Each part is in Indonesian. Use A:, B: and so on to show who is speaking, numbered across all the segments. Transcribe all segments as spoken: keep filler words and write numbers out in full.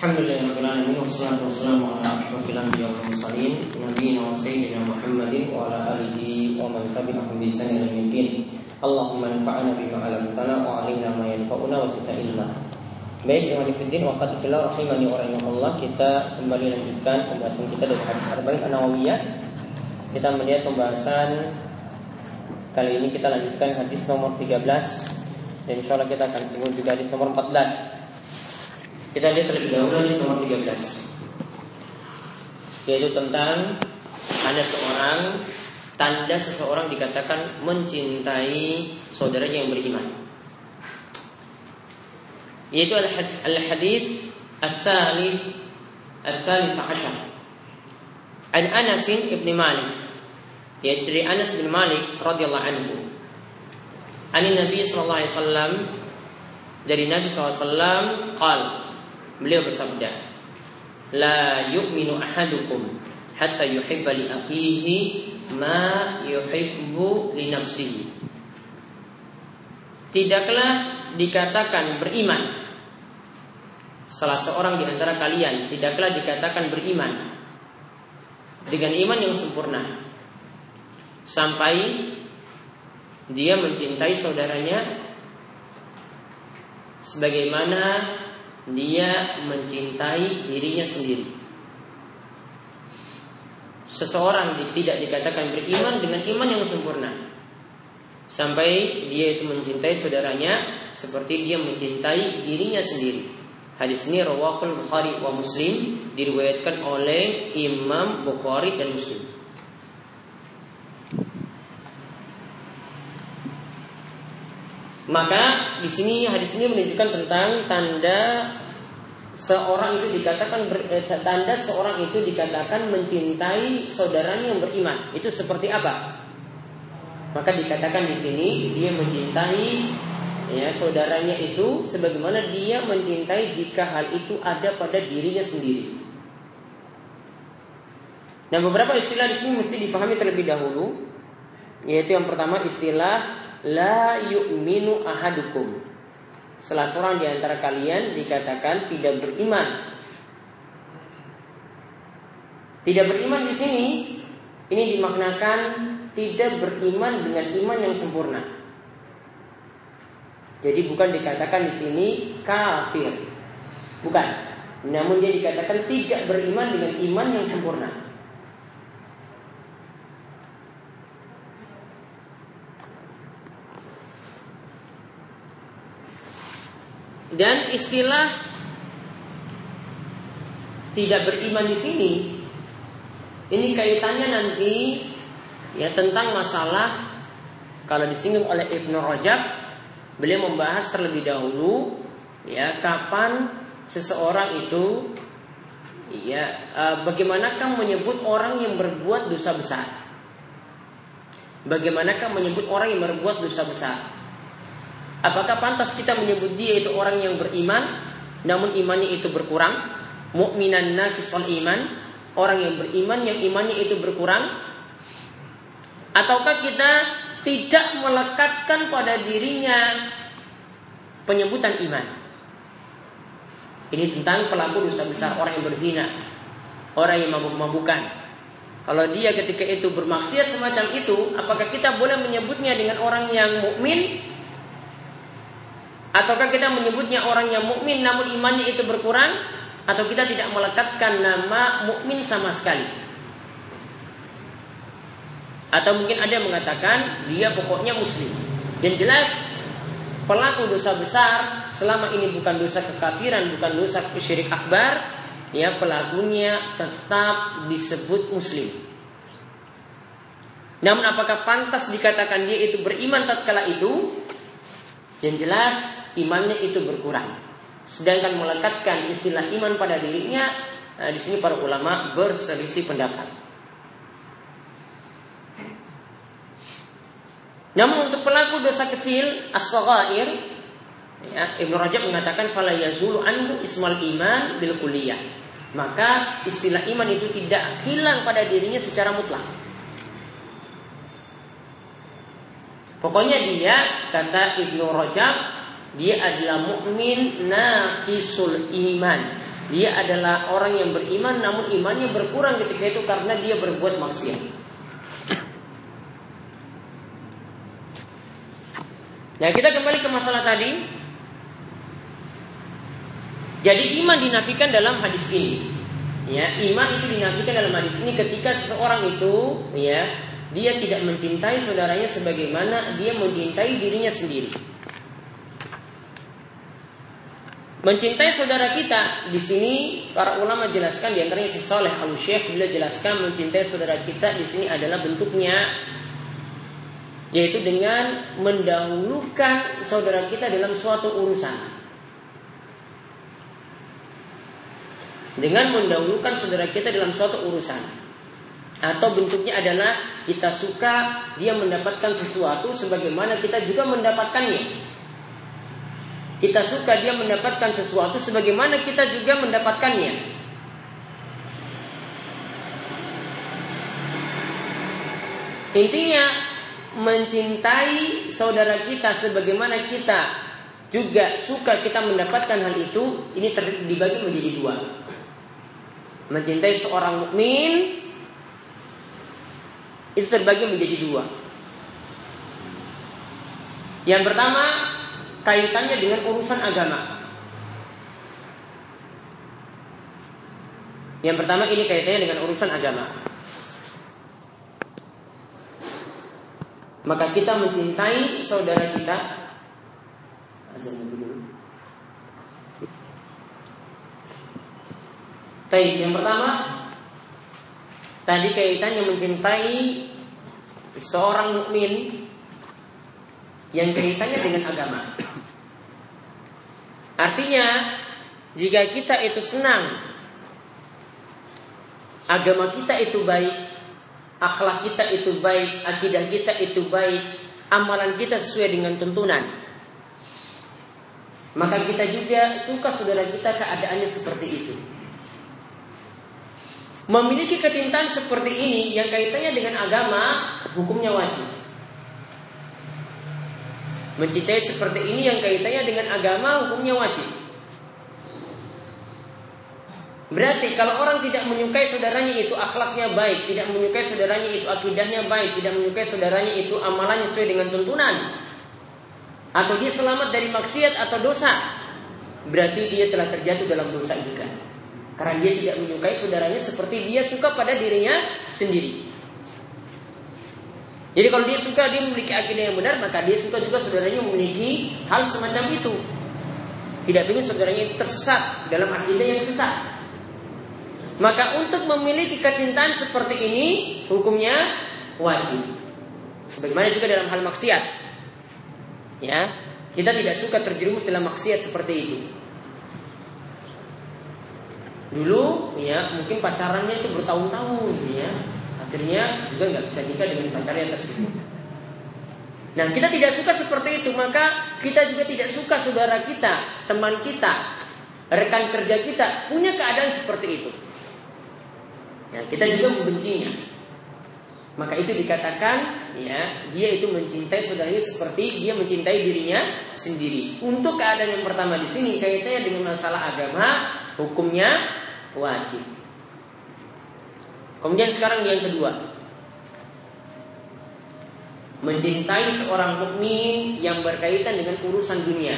A: Alhamdulillahirabbil alamin wassalatu wassalamu ala asyrofil anbiya'i wal mursalin nabiyina wa sayyidina Muhammadin wa ala alihi wa man tabi'ahum bi ihsan ila yaumil. Allahumma anfa'na bima 'allamtana wa 'allimna ma yanfa'una wa zidna ilma. Baik, ikhwan fillah wa qadfillah rahimani wa rahimakumullah, kita kembali lanjutkan pembahasan kita dari hadis Arba'in An-Nawawiyah. Kita melihat pembahasan kali ini, kita lanjutkan hadis nomor tiga belas dan insyaallah kita akan singgung juga hadis nomor empat belas. Kita lihat terlebih dahulu hadis nomor tiga belas, yaitu tentang ada seorang tanda seseorang dikatakan mencintai saudaranya yang beriman, yaitu al-hadis as-salis as-salis ashar an Anas bin Malik, yaitu dari Anas bin Malik radhiyallahu anhu, an Nabi sallallahu alaihi wasallam, dari Nabi sallallahu alaihi wasallam qal, beliau bersabda, la yu'minu ahadukum hatta yuhibba li akhihi ma yuhibbu li nafsihi. Tidaklah dikatakan beriman salah seorang di antara kalian, tidaklah dikatakan beriman dengan iman yang sempurna sampai dia mencintai saudaranya sebagaimana dia mencintai dirinya sendiri. Seseorang tidak dikatakan beriman dengan iman yang sempurna sampai dia itu mencintai saudaranya seperti dia mencintai dirinya sendiri. Hadis ini rawahul Bukhari wa Muslim, diriwayatkan oleh Imam Bukhari dan Muslim. Maka di sini hadis ini menunjukkan tentang tanda seorang itu dikatakan ber, tanda seorang itu dikatakan mencintai saudaranya yang beriman. Itu seperti apa? Maka dikatakan di sini dia mencintai ya saudaranya itu sebagaimana dia mencintai jika hal itu ada pada dirinya sendiri. Nah, beberapa istilah di sini mesti dipahami terlebih dahulu, yaitu yang pertama istilah la yu'minu ahadukum. Salah seorang di antara kalian dikatakan tidak beriman. Tidak beriman di sini ini dimaknakan tidak beriman dengan iman yang sempurna. Jadi bukan dikatakan di sini kafir, bukan. Namun dia dikatakan tidak beriman dengan iman yang sempurna. Dan istilah tidak beriman di sini ini kaitannya nanti ya tentang masalah, kalau disinggung oleh Ibnu Rajab, beliau membahas terlebih dahulu ya kapan seseorang itu ya bagaimanakah menyebut orang yang berbuat dosa besar. Bagaimanakah menyebut orang yang berbuat dosa besar? Apakah pantas kita menyebut dia itu orang yang beriman namun imannya itu berkurang? Mu'minan naqisal iman, orang yang beriman yang imannya itu berkurang? Ataukah kita tidak melekatkan pada dirinya penyebutan iman? Ini tentang pelaku dosa besar, orang yang berzina, orang yang mabuk-mabukan. Kalau dia ketika itu bermaksiat semacam itu, apakah kita boleh menyebutnya dengan orang yang mukmin? Ataukah kita menyebutnya orang yang mukmin namun imannya itu berkurang? Atau kita tidak melekatkan nama mukmin sama sekali? Atau mungkin ada yang mengatakan dia pokoknya muslim. Yang jelas pelaku dosa besar selama ini bukan dosa kekafiran, bukan dosa syirik akbar, ya pelakunya tetap disebut muslim. Namun apakah pantas dikatakan dia itu beriman tatkala itu? Yang jelas imannya itu berkurang. Sedangkan melekatkan istilah iman pada dirinya, nah, di sini para ulama berselisih pendapat. Namun untuk pelaku dosa kecil as-saghair, ya, Ibnu Rajab mengatakan fala yazulu anhu ismal iman bil kulliyah. Maka istilah iman itu tidak hilang pada dirinya secara mutlak. Pokoknya dia, kata Ibnu Rajab, dia adalah mukmin naqisul iman, Dia adalah orang yang beriman, namun imannya berkurang ketika itu karena dia berbuat maksiat. Nah, kita kembali ke masalah tadi. Jadi iman dinafikan dalam hadis ini. Ya, iman itu dinafikan dalam hadis ini ketika seseorang itu, ya, dia tidak mencintai saudaranya sebagaimana dia mencintai dirinya sendiri. Mencintai saudara kita di sini para ulama jelaskan, di antaranya Syekh Shalih Al-Syekh beliau jelaskan mencintai saudara kita di sini adalah bentuknya yaitu dengan mendahulukan saudara kita dalam suatu urusan. Dengan mendahulukan saudara kita dalam suatu urusan. Atau bentuknya adalah kita suka dia mendapatkan sesuatu sebagaimana kita juga mendapatkannya. Kita suka dia mendapatkan sesuatu sebagaimana kita juga mendapatkannya. Intinya mencintai saudara kita sebagaimana kita juga suka kita mendapatkan hal itu, ini dibagi menjadi dua. Mencintai seorang mukmin itu terbagi menjadi dua. Yang pertama, kaitannya dengan urusan agama. Yang pertama ini kaitannya dengan urusan agama. Maka kita mencintai saudara kita. Baik, yang pertama tadi kaitannya mencintai seorang mukmin yang kaitannya dengan agama. Artinya, jika kita itu senang, agama kita itu baik, akhlak kita itu baik, akidah kita itu baik, amalan kita sesuai dengan tuntunan, maka kita juga suka saudara kita keadaannya seperti itu. Memiliki kecintaan seperti ini yang kaitannya dengan agama, hukumnya wajib. Mencintai seperti ini yang kaitannya dengan agama, hukumnya wajib. Berarti kalau orang tidak menyukai saudaranya itu akhlaknya baik, tidak menyukai saudaranya itu akidahnya baik, tidak menyukai saudaranya itu amalannya sesuai dengan tuntunan, atau dia selamat dari maksiat atau dosa, berarti dia telah terjatuh dalam dosa juga. Karena dia tidak menyukai saudaranya seperti dia suka pada dirinya sendiri. Jadi kalau dia suka dia memiliki akidah yang benar, maka dia suka juga saudaranya memiliki hal semacam itu. Tidak ingin saudaranya itu tersesat dalam akidah yang sesat. Maka untuk memiliki kecintaan seperti ini hukumnya wajib. Sebagaimana juga dalam hal maksiat. Ya, kita tidak suka terjerumus dalam maksiat seperti itu. Dulu ya mungkin pacarannya itu bertahun-tahun ya. Akhirnya juga nggak bisa nikah dengan pacarnya tersebut. Nah, kita tidak suka seperti itu, maka kita juga tidak suka saudara kita, teman kita, rekan kerja kita punya keadaan seperti itu. Ya, kita juga membencinya. Maka itu dikatakan ya, dia itu mencintai saudaranya seperti dia mencintai dirinya sendiri. Untuk keadaan yang pertama di sini kaitannya dengan masalah agama, hukumnya wajib. Kemudian sekarang yang kedua, mencintai seorang mukmin yang berkaitan dengan urusan dunia.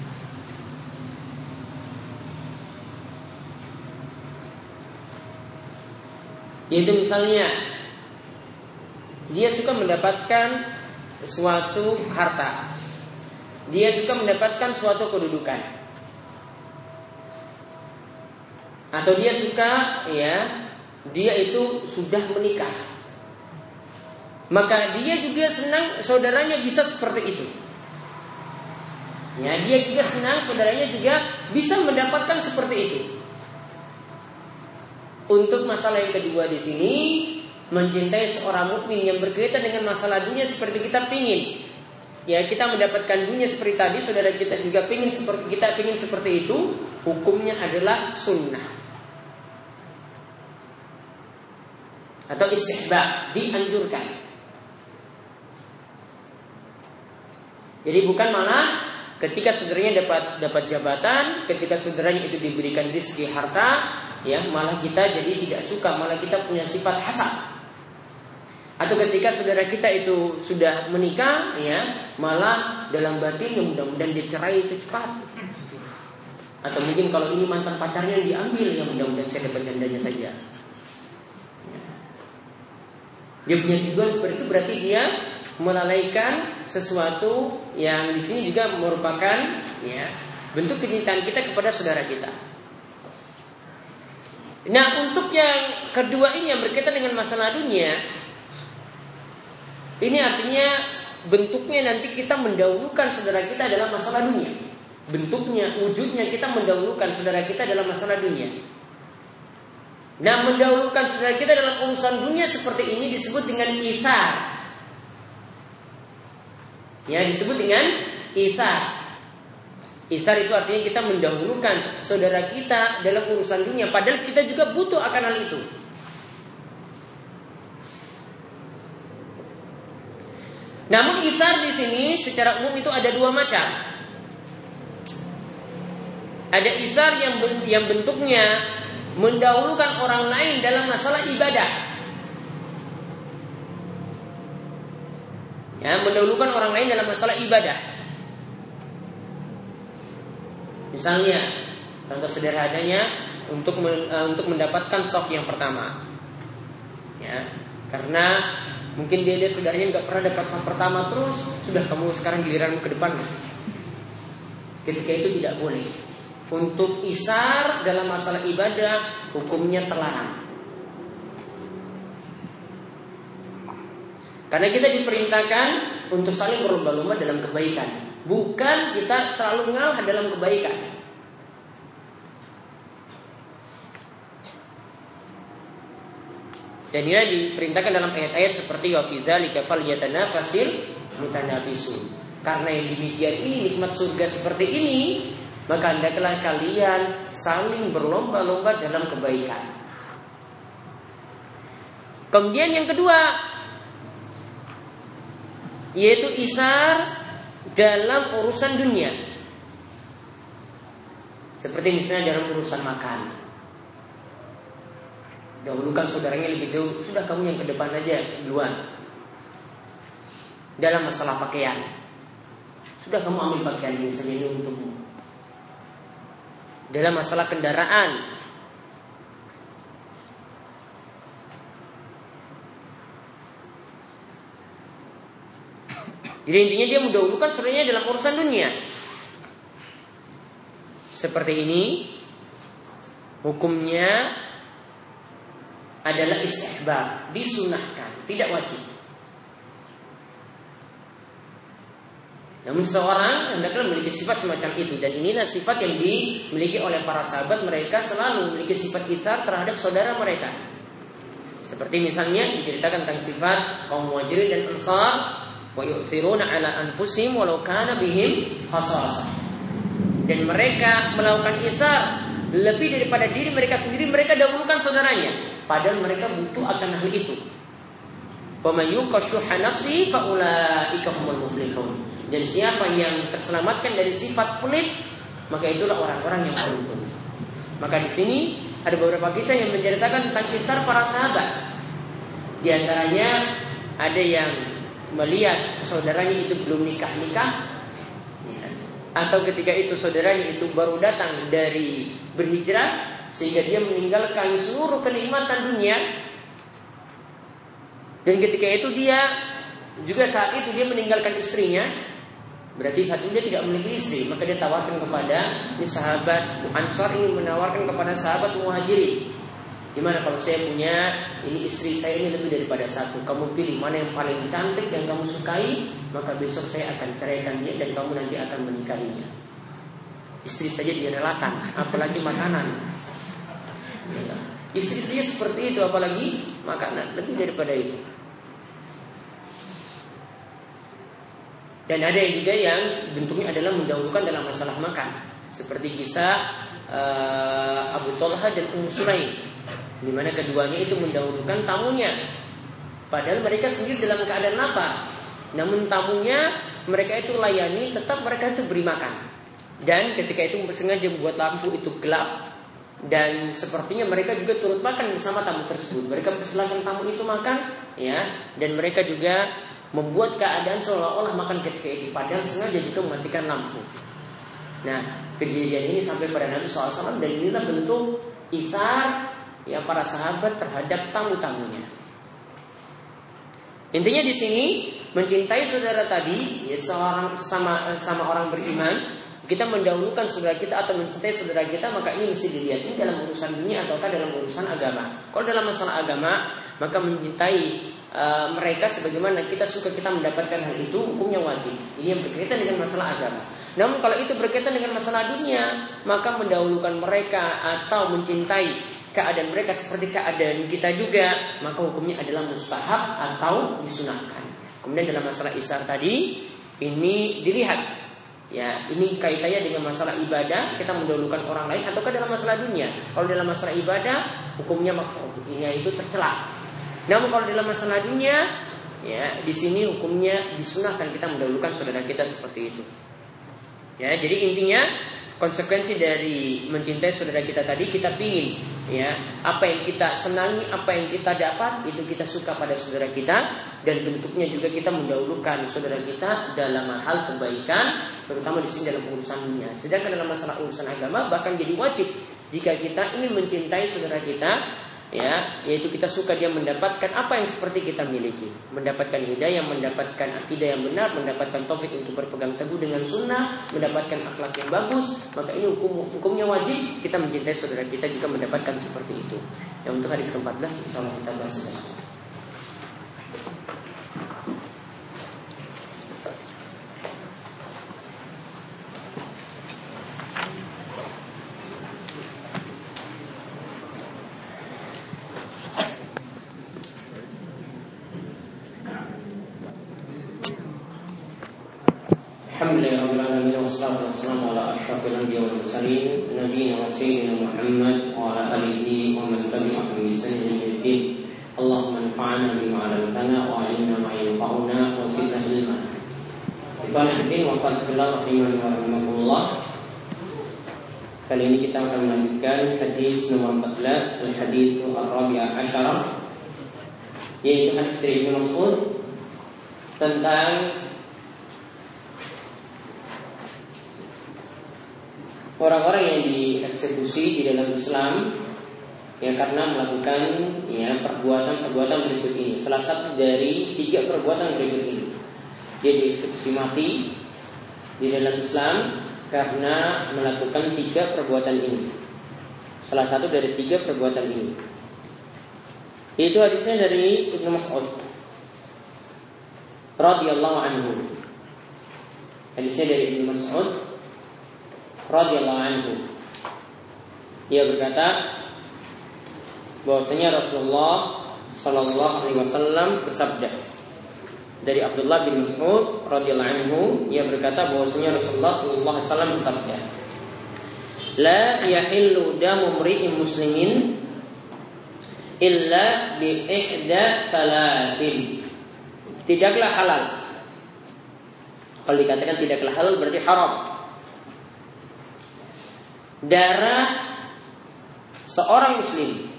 A: Yaitu misalnya dia suka mendapatkan suatu harta, dia suka mendapatkan suatu kedudukan, atau dia suka ya dia itu sudah menikah, maka dia juga senang saudaranya bisa seperti itu. Ya, dia juga senang saudaranya juga bisa mendapatkan seperti itu. Untuk masalah yang kedua di sini, mencintai seorang mukmin yang berkaitan dengan masalah dunia seperti kita pingin. Ya, kita mendapatkan dunia seperti tadi, saudara kita juga pingin seperti kita pingin seperti itu, hukumnya adalah sunnah. Atau istihbab, dianjurkan. Jadi bukan malah ketika saudaranya dapat dapat jabatan, ketika saudaranya itu diberikan rezeki harta, ya malah kita jadi tidak suka, malah kita punya sifat hasad. Atau ketika saudara kita itu sudah menikah, ya malah dalam batinnya mudah-mudahan dia cerai itu cepat. Atau mungkin kalau ini mantan pacarnya diambil, ya mudah-mudahan saya dapat jandanya saja. Dia punya tujuan seperti itu, berarti dia melalaikan sesuatu yang di sini juga merupakan ya bentuk kecintaan kita kepada saudara kita. Nah, untuk yang kedua ini yang berkaitan dengan masalah dunia, ini artinya bentuknya nanti kita mendahulukan saudara kita dalam masalah dunia. Bentuknya, wujudnya kita mendahulukan saudara kita dalam masalah dunia. Nah, mendahulukan saudara kita dalam urusan dunia seperti ini disebut dengan itsar. Ya, disebut dengan itsar. Itsar itu artinya kita mendahulukan saudara kita dalam urusan dunia, padahal kita juga butuh akan hal itu. Namun itsar di sini secara umum itu ada dua macam. Ada itsar yang yang bentuknya mendahulukan orang lain dalam masalah ibadah. Ya, mendahulukan orang lain dalam masalah ibadah. Misalnya, contoh sederhananya untuk men, uh, untuk mendapatkan shaf yang pertama. Ya, karena mungkin dia lihat saudaranya nggak pernah dapat shaf pertama terus, sudah kamu sekarang giliranmu ke depan. Ketika itu tidak boleh. Untuk isar dalam masalah ibadah hukumnya terlarang. Karena kita diperintahkan untuk saling berlomba-lomba dalam kebaikan, bukan kita selalu ngalah dalam kebaikan. Dan ini diperintahkan dalam ayat-ayat seperti wa fi dzalika falyatanafasil mutanafisun. Karena yang demikian ini nikmat surga seperti ini, maka hendaklah kalian saling berlomba-lomba dalam kebaikan. Kemudian yang kedua, yaitu isar dalam urusan dunia. Seperti misalnya dalam urusan makan. Dahulukan saudaranya lebih dulu, sudah kamu yang ke depan aja duluan. Dalam masalah pakaian, sudah kamu ambil pakaian ini saja, ini untukmu. Dalam masalah kendaraan, jadi intinya dia mendahulukan saudaranya dalam urusan dunia. Seperti ini, hukumnya adalah istihbab, disunahkan, tidak wajib. Namun seorang hendaklah memiliki sifat semacam itu, dan inilah sifat yang dimiliki oleh para sahabat. Mereka selalu memiliki sifat itsar terhadap saudara mereka. Seperti misalnya diceritakan tentang sifat kaum Muhajirin dan Ansar, wa yu'thiruna ala anfusihim walau kana bihim khasasah. Dan mereka melakukan itsar lebih daripada diri mereka sendiri, mereka dahulukan saudaranya, padahal mereka butuh akan hal itu. Wa may yuqashuha nafsi fa ulaika humul muflihun. Dan siapa yang terselamatkan dari sifat pelit, maka itulah orang-orang yang beruntung. Maka di sini ada beberapa kisah yang menceritakan tentang itsar para sahabat. Di antaranya ada yang melihat saudaranya itu belum nikah-nikah, ya, atau ketika itu saudaranya itu baru datang dari berhijrah, sehingga dia meninggalkan seluruh kenikmatan dunia. Dan ketika itu dia juga saat itu dia meninggalkan istrinya. Berarti saat itu dia tidak memiliki istri, maka dia tawarkan kepada ini sahabat Ansar ini menawarkan kepada sahabat Muhajirin, gimana kalau saya punya ini istri saya ini lebih daripada satu, kamu pilih mana yang paling cantik yang kamu sukai, maka besok saya akan ceraikan dia dan kamu nanti akan menikahinya. Istri saja direlakan, apalagi makanan. Ya, istri saja seperti itu, apalagi makanan, lebih daripada itu. Dan ada yang juga yang bentuknya adalah mendahulukan dalam masalah makan, seperti kisah uh, Abu Talha dan Ummu Sulaim, di mana keduanya itu mendahulukan tamunya, padahal mereka sendiri dalam keadaan lapar. Namun tamunya mereka itu layani, tetap mereka itu beri makan. Dan ketika itu sengaja membuat lampu itu gelap, dan sepertinya mereka juga turut makan bersama tamu tersebut. Mereka persilahkan tamu itu makan, ya, dan mereka juga membuat keadaan seolah-olah makan ketika itu, padahal sengaja juga mematikan lampu. Nah, kejadian ini sampai pada Nabi shallallahu alaihi wasallam, dan inilah bentuk itsar ya para sahabat terhadap tamu-tamunya. Intinya di sini mencintai saudara tadi, ya seorang sama sama orang beriman, kita mendahulukan saudara kita atau mencintai saudara kita, maka ini mesti dilihat ini dalam urusan dunia ataukah dalam urusan agama. Kalau dalam masalah agama, maka mencintai uh, mereka sebagaimana kita suka kita mendapatkan hal itu, hukumnya wajib. Ini yang berkaitan dengan masalah agama. Namun kalau itu berkaitan dengan masalah dunia, maka mendahulukan mereka atau mencintai keadaan mereka seperti keadaan kita juga, maka hukumnya adalah mustahab atau disunahkan. Kemudian dalam masalah isar tadi, ini dilihat, ya ini kaitannya dengan masalah ibadah, kita mendahulukan orang lain ataukah dalam masalah dunia. Kalau dalam masalah ibadah, hukumnya makruh, ini itu tercela. Namun kalau dalam masalah dunia, ya di sini hukumnya disunahkan kita mendahulukan saudara kita seperti itu. Ya, jadi intinya konsekuensi dari mencintai saudara kita tadi, kita pingin ya apa yang kita senangi, apa yang kita dapat itu kita suka pada saudara kita, dan bentuknya juga kita mendahulukan saudara kita dalam hal kebaikan, terutama di sini dalam urusan dunia. Sedangkan dalam masalah urusan agama bahkan jadi wajib jika kita ingin mencintai saudara kita, ya yaitu kita suka dia mendapatkan apa yang seperti kita miliki, mendapatkan hidayah, mendapatkan akidah yang benar, mendapatkan taufik untuk berpegang teguh dengan sunnah, mendapatkan akhlak yang bagus, maka ini hukum hukumnya wajib kita mencintai saudara kita jika mendapatkan seperti itu. Yang untuk hadis ke empat belas insyaallah kita bahas besok. Alhamdulillahirabbil wassalatu wassalamu ala asyrafil anbiya'i wal mursalin nabiyina wa sayyidina Muhammad wa ala alihi wa man tabi'ahum bi ihsan ila yaumil. Allahumma anfa'na bima 'allamtana wa 'allimna ma yanfa'una wa zidna ilma. Ikhwan fillah wa fadhillah rahimani wa rahimakumullah. Kali ini kita akan melanjutkan hadis nomor empat belas, al-hadis ar-rabi'a asyara, yaitu hadis dari Ibnu Mas'ud tentang orang-orang yang dieksekusi di dalam Islam ya karena melakukan ya perbuatan-perbuatan berikut ini. Salah satu dari tiga perbuatan berikut ini, dia dieksekusi mati di dalam Islam karena melakukan tiga perbuatan ini. Salah satu dari tiga perbuatan ini. Itu hadisnya dari Ibnu Mas'ud radhiyallahu anhu. Hadisnya dari Ibnu Mas'ud radhiyallahu anhu. Dia berkata bahwasanya Rasulullah sallallahu alaihi wasallam bersabda. Dari Abdullah bin Mas'ud radhiyallahu anhu, ia berkata bahwasanya Rasulullah sallallahu alaihi wasallam bersabda, "La yahillu damu mri'in muslimin illa bi ihda thalathin." Tidaklah halal. Kalau dikatakan tidaklah halal berarti haram. Darah seorang muslim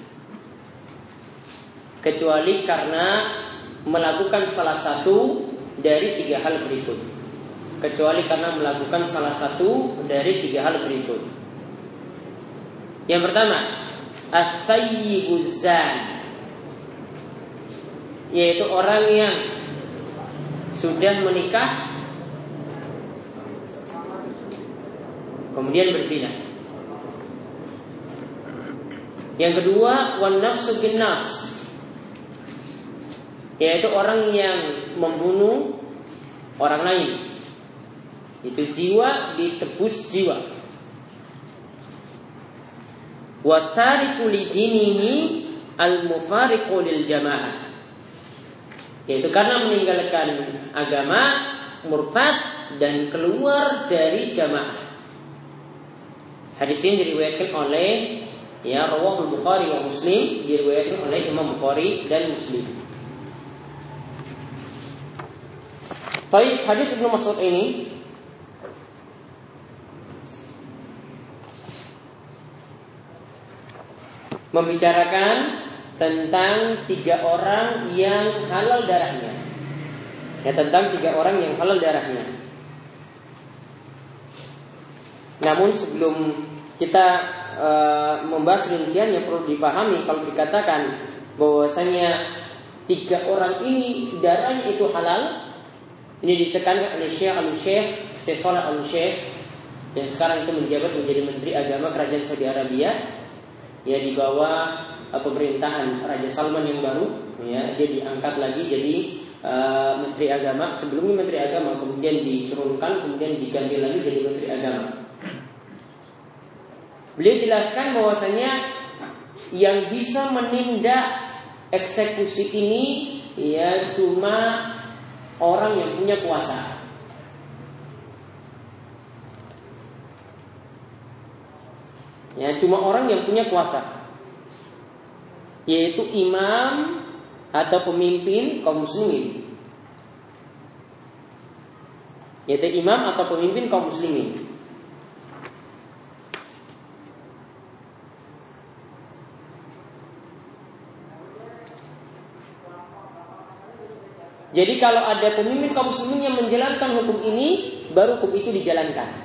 A: kecuali karena melakukan salah satu dari tiga hal berikut. Kecuali karena melakukan salah satu dari tiga hal berikut. Yang pertama, as-sayyibuz zan, yaitu orang yang sudah menikah kemudian berzina. Yang kedua, wan nafsu bin nafs, yaitu orang yang membunuh orang lain. Itu jiwa ditebus jiwa. Wa tariku li dinihi al mufariqu lil jamaah, yaitu karena meninggalkan agama, murtad dan keluar dari jamaah. Hadis ini diriwayatkan oleh ya Rawahul Bukhari wa Muslim, diriwayatkan oleh Imam Bukhari dan Muslim. Baik, hadis Ibnu Mas'ud ini membicarakan tentang tiga orang yang halal darahnya. Ya, tentang tiga orang yang halal darahnya. Namun sebelum kita e, membahas rinciannya, perlu dipahami kalau dikatakan bahwasanya tiga orang ini darahnya itu halal, ini ditekankan oleh Syekh Al-Syekh Syekh Shalih Al-Syekh yang sekarang itu menjabat menjadi Menteri Agama Kerajaan Saudi Arabia, ya, di bawah pemerintahan Raja Salman yang baru, ya, dia diangkat lagi jadi uh, Menteri Agama. Sebelumnya Menteri Agama, kemudian diturunkan, kemudian diganti lagi jadi Menteri Agama. Beliau jelaskan bahwasanya yang bisa menindak eksekusi ini ya cuma orang yang punya kuasa. Ya, cuma orang yang punya kuasa, yaitu imam atau pemimpin kaum muslimin. Yaitu imam atau pemimpin kaum muslimin. Jadi kalau ada pemimpin kaum muslimin yang menjalankan hukum ini, baru hukum itu dijalankan.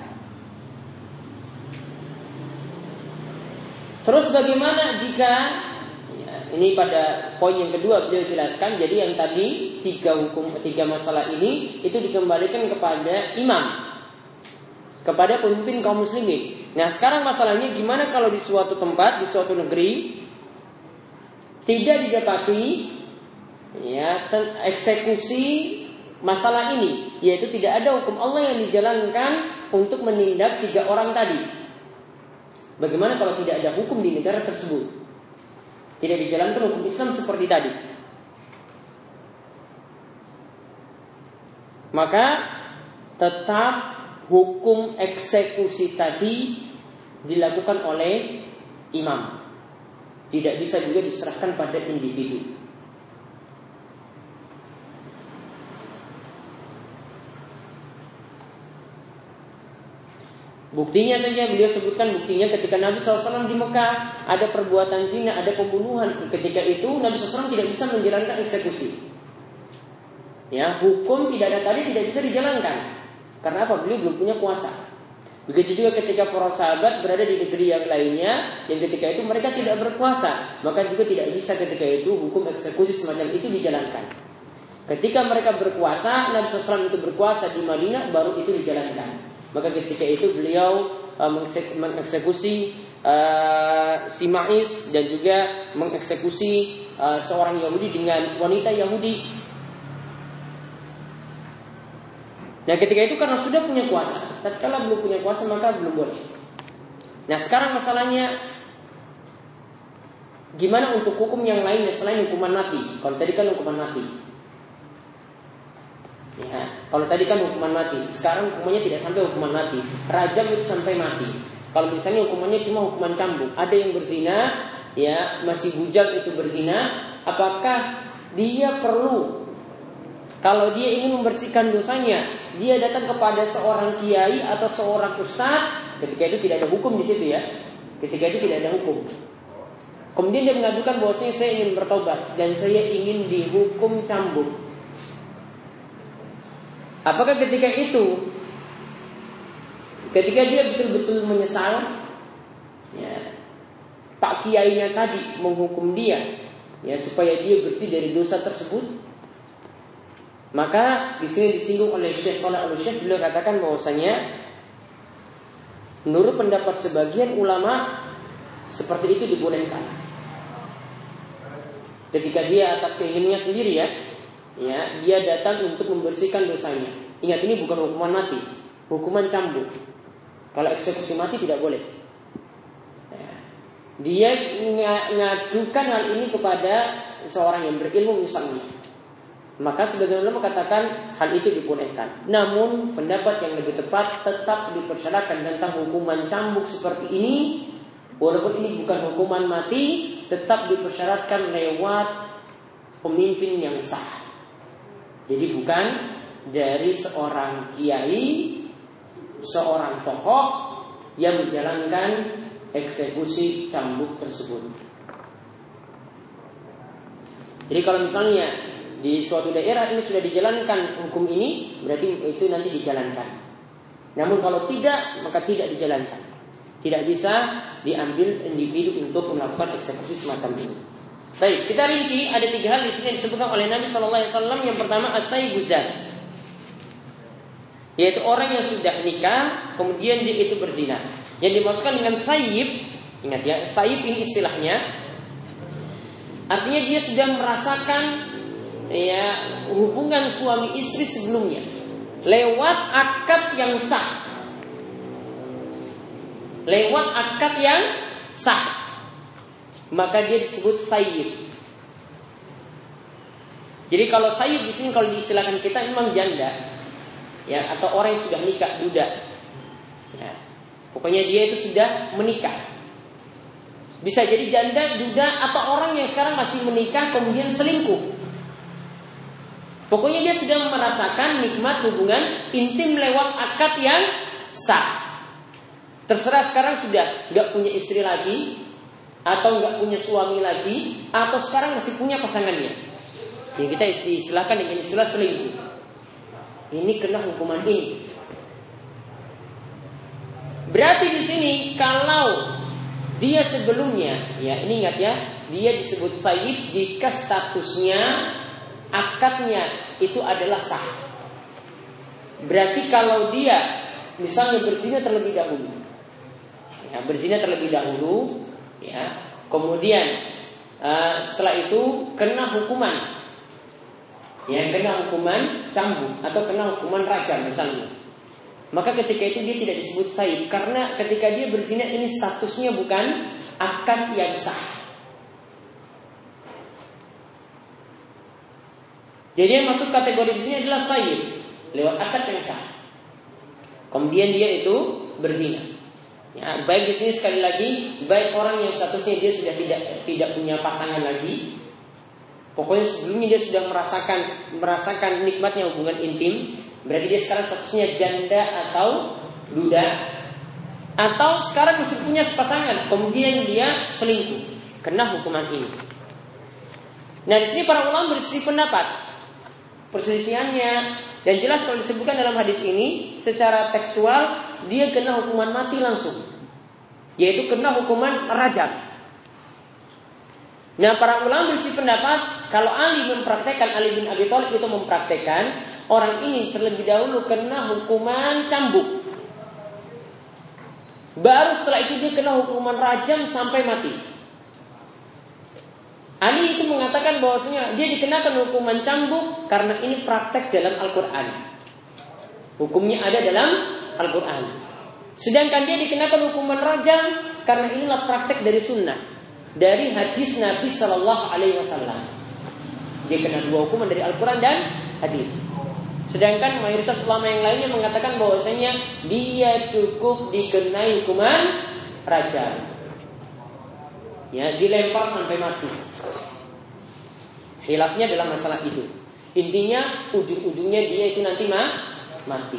A: Terus bagaimana jika ini pada poin yang kedua beliau jelaskan. Jadi yang tadi tiga hukum, tiga masalah ini itu dikembalikan kepada imam, kepada pemimpin kaum muslimin. Nah sekarang masalahnya gimana kalau di suatu tempat, di suatu negeri tidak didapati ya eksekusi masalah ini, yaitu tidak ada hukum Allah yang dijalankan untuk menindak tiga orang tadi. Bagaimana kalau tidak ada hukum di negara tersebut? Tidak dijalankan hukum Islam seperti tadi. Maka tetap hukum eksekusi tadi dilakukan oleh imam. Tidak bisa juga diserahkan pada individu. Buktinya saja beliau sebutkan buktinya ketika Nabi shallallahu alaihi wasallam di Mekah ada perbuatan zina, ada pembunuhan. Ketika itu Nabi shallallahu alaihi wasallam tidak bisa menjalankan eksekusi. Ya, hukum tidak ada tadi tidak bisa dijalankan. Karena apa? Beliau belum punya kuasa. Begitu juga ketika para sahabat berada di negeri yang lainnya, yang ketika itu mereka tidak berkuasa, maka juga tidak bisa ketika itu hukum eksekusi semacam itu dijalankan. Ketika mereka berkuasa, Nabi shallallahu alaihi wasallam itu berkuasa di Madinah, baru itu dijalankan. Maka ketika itu beliau uh, mengeksekusi uh, si Ma'is dan juga mengeksekusi uh, seorang Yahudi dengan wanita Yahudi. Nah ketika itu karena sudah punya kuasa. Tatkala belum punya kuasa maka belum boleh. Nah sekarang masalahnya gimana untuk hukum yang lainnya selain hukuman mati? Kalau tadi kan hukuman mati. Ya, kalau tadi kan hukuman mati, sekarang hukumannya tidak sampai hukuman mati. Rajam itu sampai mati. Kalau misalnya hukumannya cuma hukuman cambuk, ada yang berzina, ya masih bujang itu berzina, apakah dia perlu, kalau dia ingin membersihkan dosanya, dia datang kepada seorang kiai atau seorang ustaz? Ketika itu tidak ada hukum di situ ya. Ketika itu tidak ada hukum. Kemudian dia mengadukan bahwasanya saya ingin bertobat dan saya ingin dihukum cambuk. Apakah ketika itu, ketika dia betul-betul menyesal, ya, Pak Kiainya tadi menghukum dia, ya supaya dia bersih dari dosa tersebut, maka di sini disinggung oleh Syekh Shalih Al-Syekh, beliau katakan bahwasanya menurut pendapat sebagian ulama seperti itu dibolehkan. Ketika dia atas keinginannya sendiri ya. Ya, dia datang untuk membersihkan dosanya. Ingat ini bukan hukuman mati, hukuman cambuk. Kalau eksekusi mati tidak boleh. Ya. Dia ngadukan hal ini kepada seorang yang berilmu misalnya. Maka sebagian ulama mengatakan hal itu dibolehkan. Namun pendapat yang lebih tepat tetap dipersyaratkan tentang hukuman cambuk seperti ini. Walaupun ini bukan hukuman mati, tetap dipersyaratkan lewat pemimpin yang sah. Jadi bukan dari seorang kiai, seorang tokoh yang menjalankan eksekusi cambuk tersebut. Jadi kalau misalnya di suatu daerah ini sudah dijalankan hukum ini, berarti itu nanti dijalankan. Namun kalau tidak, maka tidak dijalankan. Tidak bisa diambil individu untuk melakukan eksekusi semacam ini. Baik, kita rinci ada tiga hal di sini yang disebutkan oleh Nabi Shallallahu Alaihi Wasallam. Yang pertama as-sayyib zan, yaitu orang yang sudah nikah kemudian dia itu berzina. Yang dimaksudkan dengan sayyib, ingat ya, sayyib ini istilahnya artinya dia sudah merasakan ya hubungan suami istri sebelumnya lewat akad yang sah. Lewat akad yang sah, maka dia disebut sayyib. Jadi kalau sayyib di sini kalau diistilahkan kita memang janda, ya, atau orang yang sudah nikah, duda. Ya, pokoknya dia itu sudah menikah. Bisa jadi janda, duda, atau orang yang sekarang masih menikah kemudian selingkuh. Pokoknya dia sudah merasakan nikmat hubungan intim lewat akad yang sah. Terserah sekarang sudah nggak punya istri lagi, atau nggak punya suami lagi, atau sekarang masih punya pasangannya. Yang kita diistilahkan dengan istilah selingkuh. Ini kena hukuman ini. Berarti di sini kalau dia sebelumnya, ya ini ingat ya, dia disebut sayyib jika statusnya akadnya itu adalah sah. Berarti kalau dia misalnya berzina terlebih dahulu, ya, berzina terlebih dahulu, ya, kemudian uh, setelah itu kena hukuman, ya, kena hukuman cambuk atau kena hukuman rajam misalnya, maka ketika itu dia tidak disebut sayyib karena ketika dia berzina ini statusnya bukan akad yang sah. Jadi yang masuk kategori di sini adalah sayyib lewat akad yang sah. Kemudian dia itu berzina. Ya, baik di sini sekali lagi, baik orang yang statusnya dia sudah tidak tidak punya pasangan lagi. Pokoknya sebelumnya dia sudah merasakan merasakan nikmatnya hubungan intim, berarti dia sekarang statusnya janda atau duda, atau sekarang masih punya pasangan, kemudian dia selingkuh, kena hukuman ini. Nah di sini para ulama berselisih pendapat, perselisihannya, dan jelas kalau disebutkan dalam hadis ini secara tekstual dia kena hukuman mati langsung, yaitu kena hukuman rajam. Nah para ulama berselisih pendapat kalau Ali mempraktekkan, Ali bin Abi Thalib itu mempraktekkan orang ini terlebih dahulu kena hukuman cambuk, baru setelah itu dia kena hukuman rajam sampai mati. Ali itu mengatakan bahwasanya dia dikenakan hukuman cambuk karena ini praktek dalam Al-Quran. Hukumnya ada dalam Al-Quran. Sedangkan dia dikenakan hukuman rajam karena inilah praktek dari sunnah, dari hadis Nabi Shallallahu Alaihi Wasallam. Dia kena dua hukuman dari Al-Quran dan hadis. Sedangkan mayoritas ulama yang lainnya mengatakan bahwasanya dia cukup dikenai hukuman rajam. Ya, dilempar sampai mati. Khilafnya dalam masalah itu. Intinya ujung-ujungnya dia itu nanti mah, mati.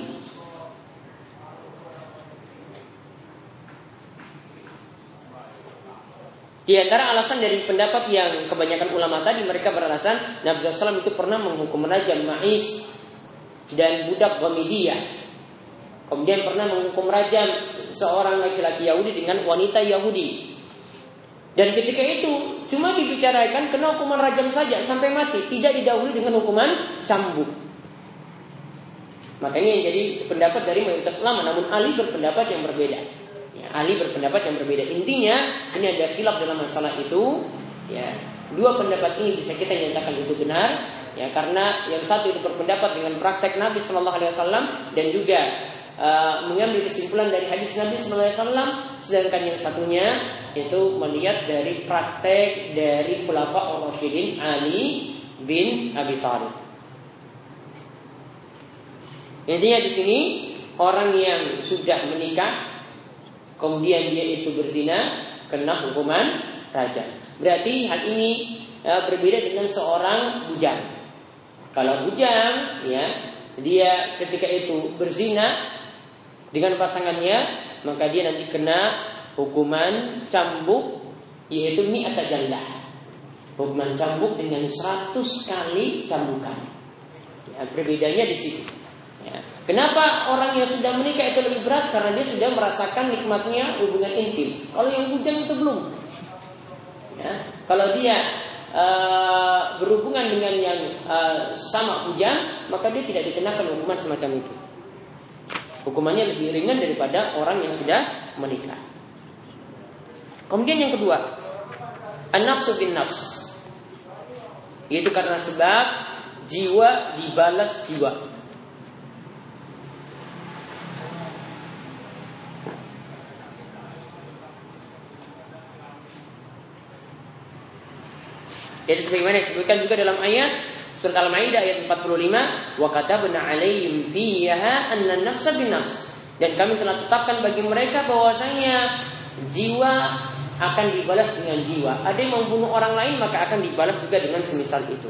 A: Di antara alasan dari pendapat yang kebanyakan ulama tadi, mereka beralasan Nabi shallallahu alaihi wasallam itu pernah menghukum rajam Ma'is dan budak Ghamidiyah. Kemudian pernah menghukum rajam seorang laki-laki Yahudi dengan wanita Yahudi. Dan ketika itu cuma dibicarakan kena hukuman rajam saja sampai mati, tidak didahului dengan hukuman cambuk. Makanya yang jadi pendapat dari mayoritas ulama, namun Ali berpendapat yang berbeda. Ya, Ali berpendapat yang berbeda. Intinya ini ada khilaf dalam masalah itu. Ya, dua pendapat ini bisa kita nyatakan itu benar. Ya, karena yang satu itu berpendapat dengan praktek Nabi Shallallahu Alaihi Wasallam dan juga uh, mengambil kesimpulan dari hadis Nabi Shallallahu Alaihi Wasallam, sedangkan yang satunya itu melihat dari praktek dari Khulafa ar-Rasyidin Ali bin Abi Thalib. Intinya di sini orang yang sudah menikah kemudian dia itu berzina kena hukuman rajam. Berarti hal ini uh, berbeda dengan seorang bujang. Kalau bujang, ya, dia ketika itu berzina dengan pasangannya, maka dia nanti kena hukuman cambuk, yaitu mi'ata jaldah. Hukuman cambuk dengan seratus kali cambukan. Ya, perbedaannya di situ. Ya. Kenapa orang yang sudah menikah itu lebih berat? Karena dia sudah merasakan nikmatnya hubungan intim. Kalau yang bujang itu belum. Ya. Kalau dia uh, berhubungan dengan yang uh, sama bujang, maka dia tidak dikenakan hukuman semacam itu. Hukumannya lebih ringan daripada orang yang sudah menikah. Kemudian yang kedua, an-nafsu bin nafs, yaitu karena sebab jiwa dibalas jiwa. Jadi sebagaimana disebutkan juga dalam ayat Surat Al-Maidah ayat empat puluh lima, wa katabna 'alaihim fiha anna an-nafsa bin-nafs. Dan kami telah tetapkan bagi mereka bahwasanya jiwa akan dibalas dengan jiwa. Ada yang membunuh orang lain, maka akan dibalas juga dengan semisal itu.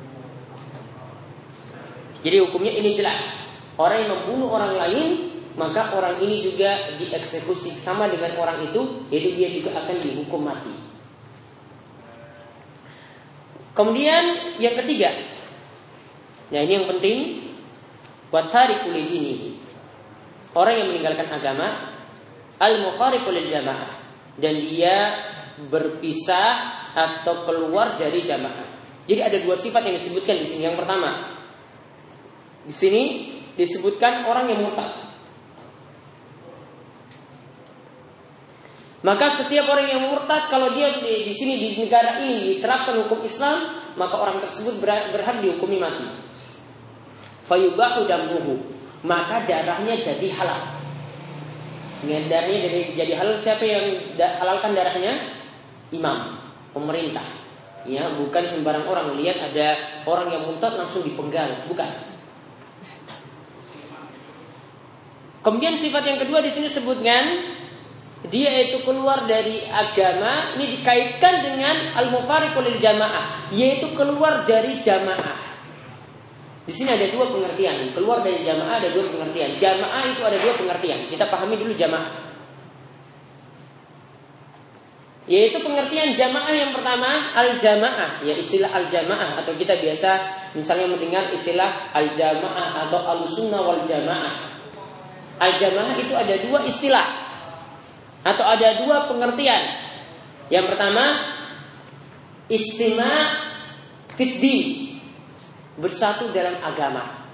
A: Jadi hukumnya ini jelas. Orang yang membunuh orang lain, maka orang ini juga dieksekusi sama dengan orang itu, yaitu dia juga akan dihukum mati. Kemudian yang ketiga, nah ini yang penting, wa tariku lidinihi, orang yang meninggalkan agama, al-mufariqu lil jamaah, dan dia berpisah atau keluar dari jamaah. Jadi ada dua sifat yang disebutkan di sini. Yang pertama, di sini disebutkan orang yang murtad. Maka setiap orang yang murtad, kalau dia di, di sini di negara ini diterapkan hukum Islam, maka orang tersebut berhak dihukumi mati. Fayubahu damuhu, maka darahnya jadi halal. Dengan darahnya jadi, jadi halal, siapa yang halalkan darahnya? Imam, pemerintah. Ya, bukan sembarang orang. Lihat ada orang yang murtad langsung dipenggal, bukan. Kemudian sifat yang kedua di sini sebutkan, dia itu keluar dari agama. Ini dikaitkan dengan al-mufariqu lil jamaah, yaitu keluar dari jamaah. Di sini ada dua pengertian. Keluar dari jamaah ada dua pengertian. Jamaah itu ada dua pengertian. Kita pahami dulu jamaah. Yaitu pengertian jamaah yang pertama, al-jamaah, ya istilah al-jamaah, atau kita biasa misalnya mendengar istilah al-jamaah atau al-sunnah wal jamaah. Al-jamaah itu ada dua istilah atau ada dua pengertian. Yang pertama, ijtima' fid din, bersatu dalam agama.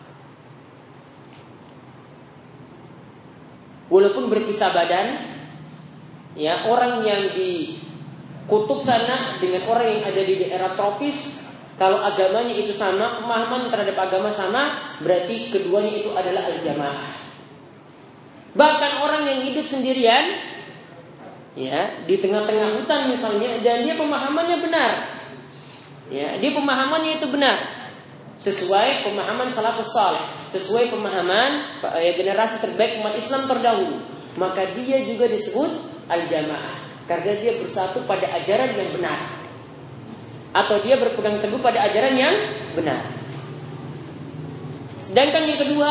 A: Walaupun berpisah badan, ya, orang yang di kutub sana dengan orang yang ada di daerah tropis, kalau agamanya itu sama, pemahaman terhadap agama sama, berarti keduanya itu adalah al-jamaah. Bahkan orang yang hidup sendirian, ya, di tengah-tengah hutan misalnya, dan dia pemahamannya benar, ya, dia pemahamannya itu benar, sesuai pemahaman salafus saleh, sesuai pemahaman ya, generasi terbaik umat Islam terdahulu, maka dia juga disebut al-jamaah, karena dia bersatu pada ajaran yang benar, atau dia berpegang teguh pada ajaran yang benar. Sedangkan yang kedua,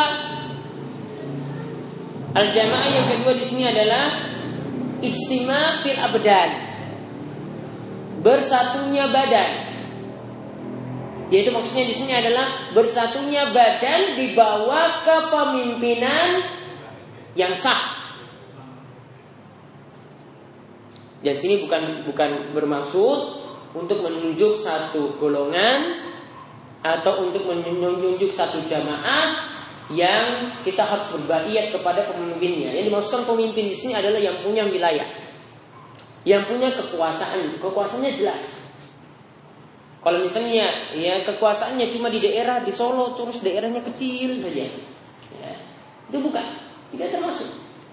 A: al-jamaah yang kedua di sini adalah ijtima' fil abdan, bersatunya badan. Yaitu maksudnya di sini adalah bersatunya badan di bawah kepemimpinan yang sah. Dan sini bukan bukan bermaksud untuk menunjuk satu golongan atau untuk menunjuk satu jamaah yang kita harus berbaiat kepada pemimpinnya. Yang dimaksudkan pemimpin di sini adalah yang punya wilayah, yang punya kekuasaan. Kekuasaannya jelas. Kalau misalnya ya kekuasaannya cuma di daerah di Solo, terus daerahnya kecil saja, ya, itu bukan, tidak termasuk.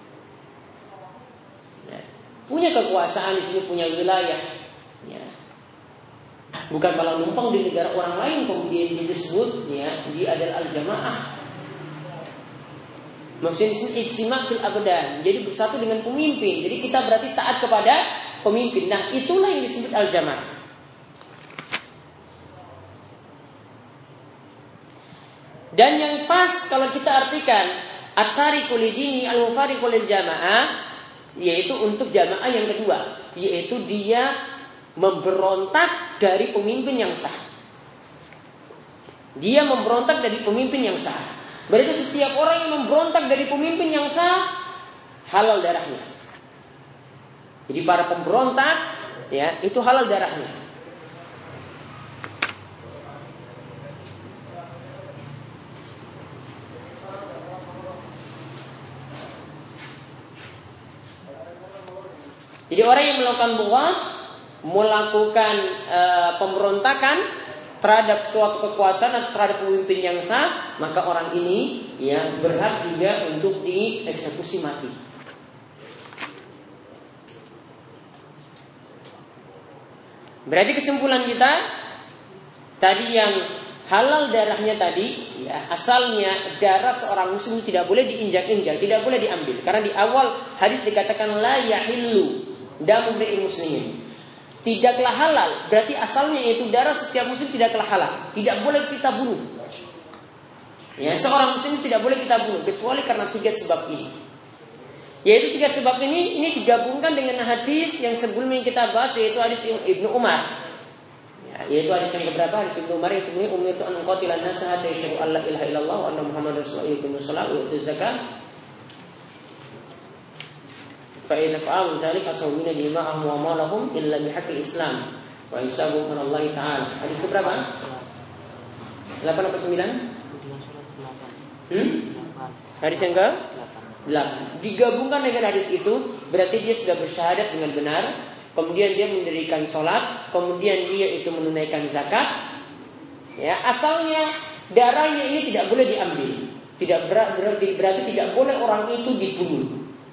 A: Ya, punya kekuasaan di sini, punya wilayah, ya, bukan malah numpang di negara orang lain kemudian disebut ya dia adalah al-jamaah. Maksudnya di sini ijtima' fil abdan, jadi bersatu dengan pemimpin. Jadi kita berarti taat kepada pemimpin. Nah, itulah yang disebut al-jamaah.
B: Dan yang pas kalau kita artikan at-tariku lidini al-mufariqu lil jamaah, yaitu untuk jamaah yang kedua, yaitu dia memberontak dari pemimpin yang sah. Dia memberontak dari pemimpin yang sah. Berarti setiap orang yang memberontak dari pemimpin yang sah, halal darahnya. Jadi para pemberontak, ya, itu halal darahnya. Jadi orang yang melakukan bughat, melakukan e, pemberontakan terhadap suatu kekuasaan atau terhadap pemimpin yang sah, maka orang ini ya berhak juga untuk dieksekusi mati. Berarti kesimpulan kita tadi yang halal darahnya tadi, ya, asalnya darah seorang muslim tidak boleh diinjak-injak, tidak boleh diambil. Karena di awal hadis dikatakan la yahillu damu imri'in muslimin. Tidaklah halal, berarti asalnya yaitu darah setiap muslim tidaklah halal. Tidak boleh kita bunuh. Ya, seorang muslim tidak boleh kita bunuh kecuali karena tiga sebab ini. Yaitu tiga sebab ini ini digabungkan dengan hadis yang sebelumnya kita bahas, yaitu hadis Ibnu Umar. Ya, yaitu hadis yang keberapa? Hadis Ibnu Umar yang sebelumnya, umirtu an uqatilan nasa hatta yashhadu an la ilaha illallah wa anna muhammadar rasulullah wa yuqimus salata wa yutuz zakata. Fa'idha fa'alu dzalika asawmina dima'ahum wa malahum illa bihaqqil Islam wa hisabuhum 'ala Allah Ta'ala. Hadis ke berapa? delapan atau sembilan? Hmm? Hadis yang ke delapan. Digabungkan dengan hadis itu, berarti dia sudah bersyahadat dengan benar, kemudian dia mendirikan sholat, kemudian dia itu menunaikan zakat. Ya, asalnya darahnya ini tidak boleh diambil. Tidak berarti, berarti tidak boleh orang itu dibunuh.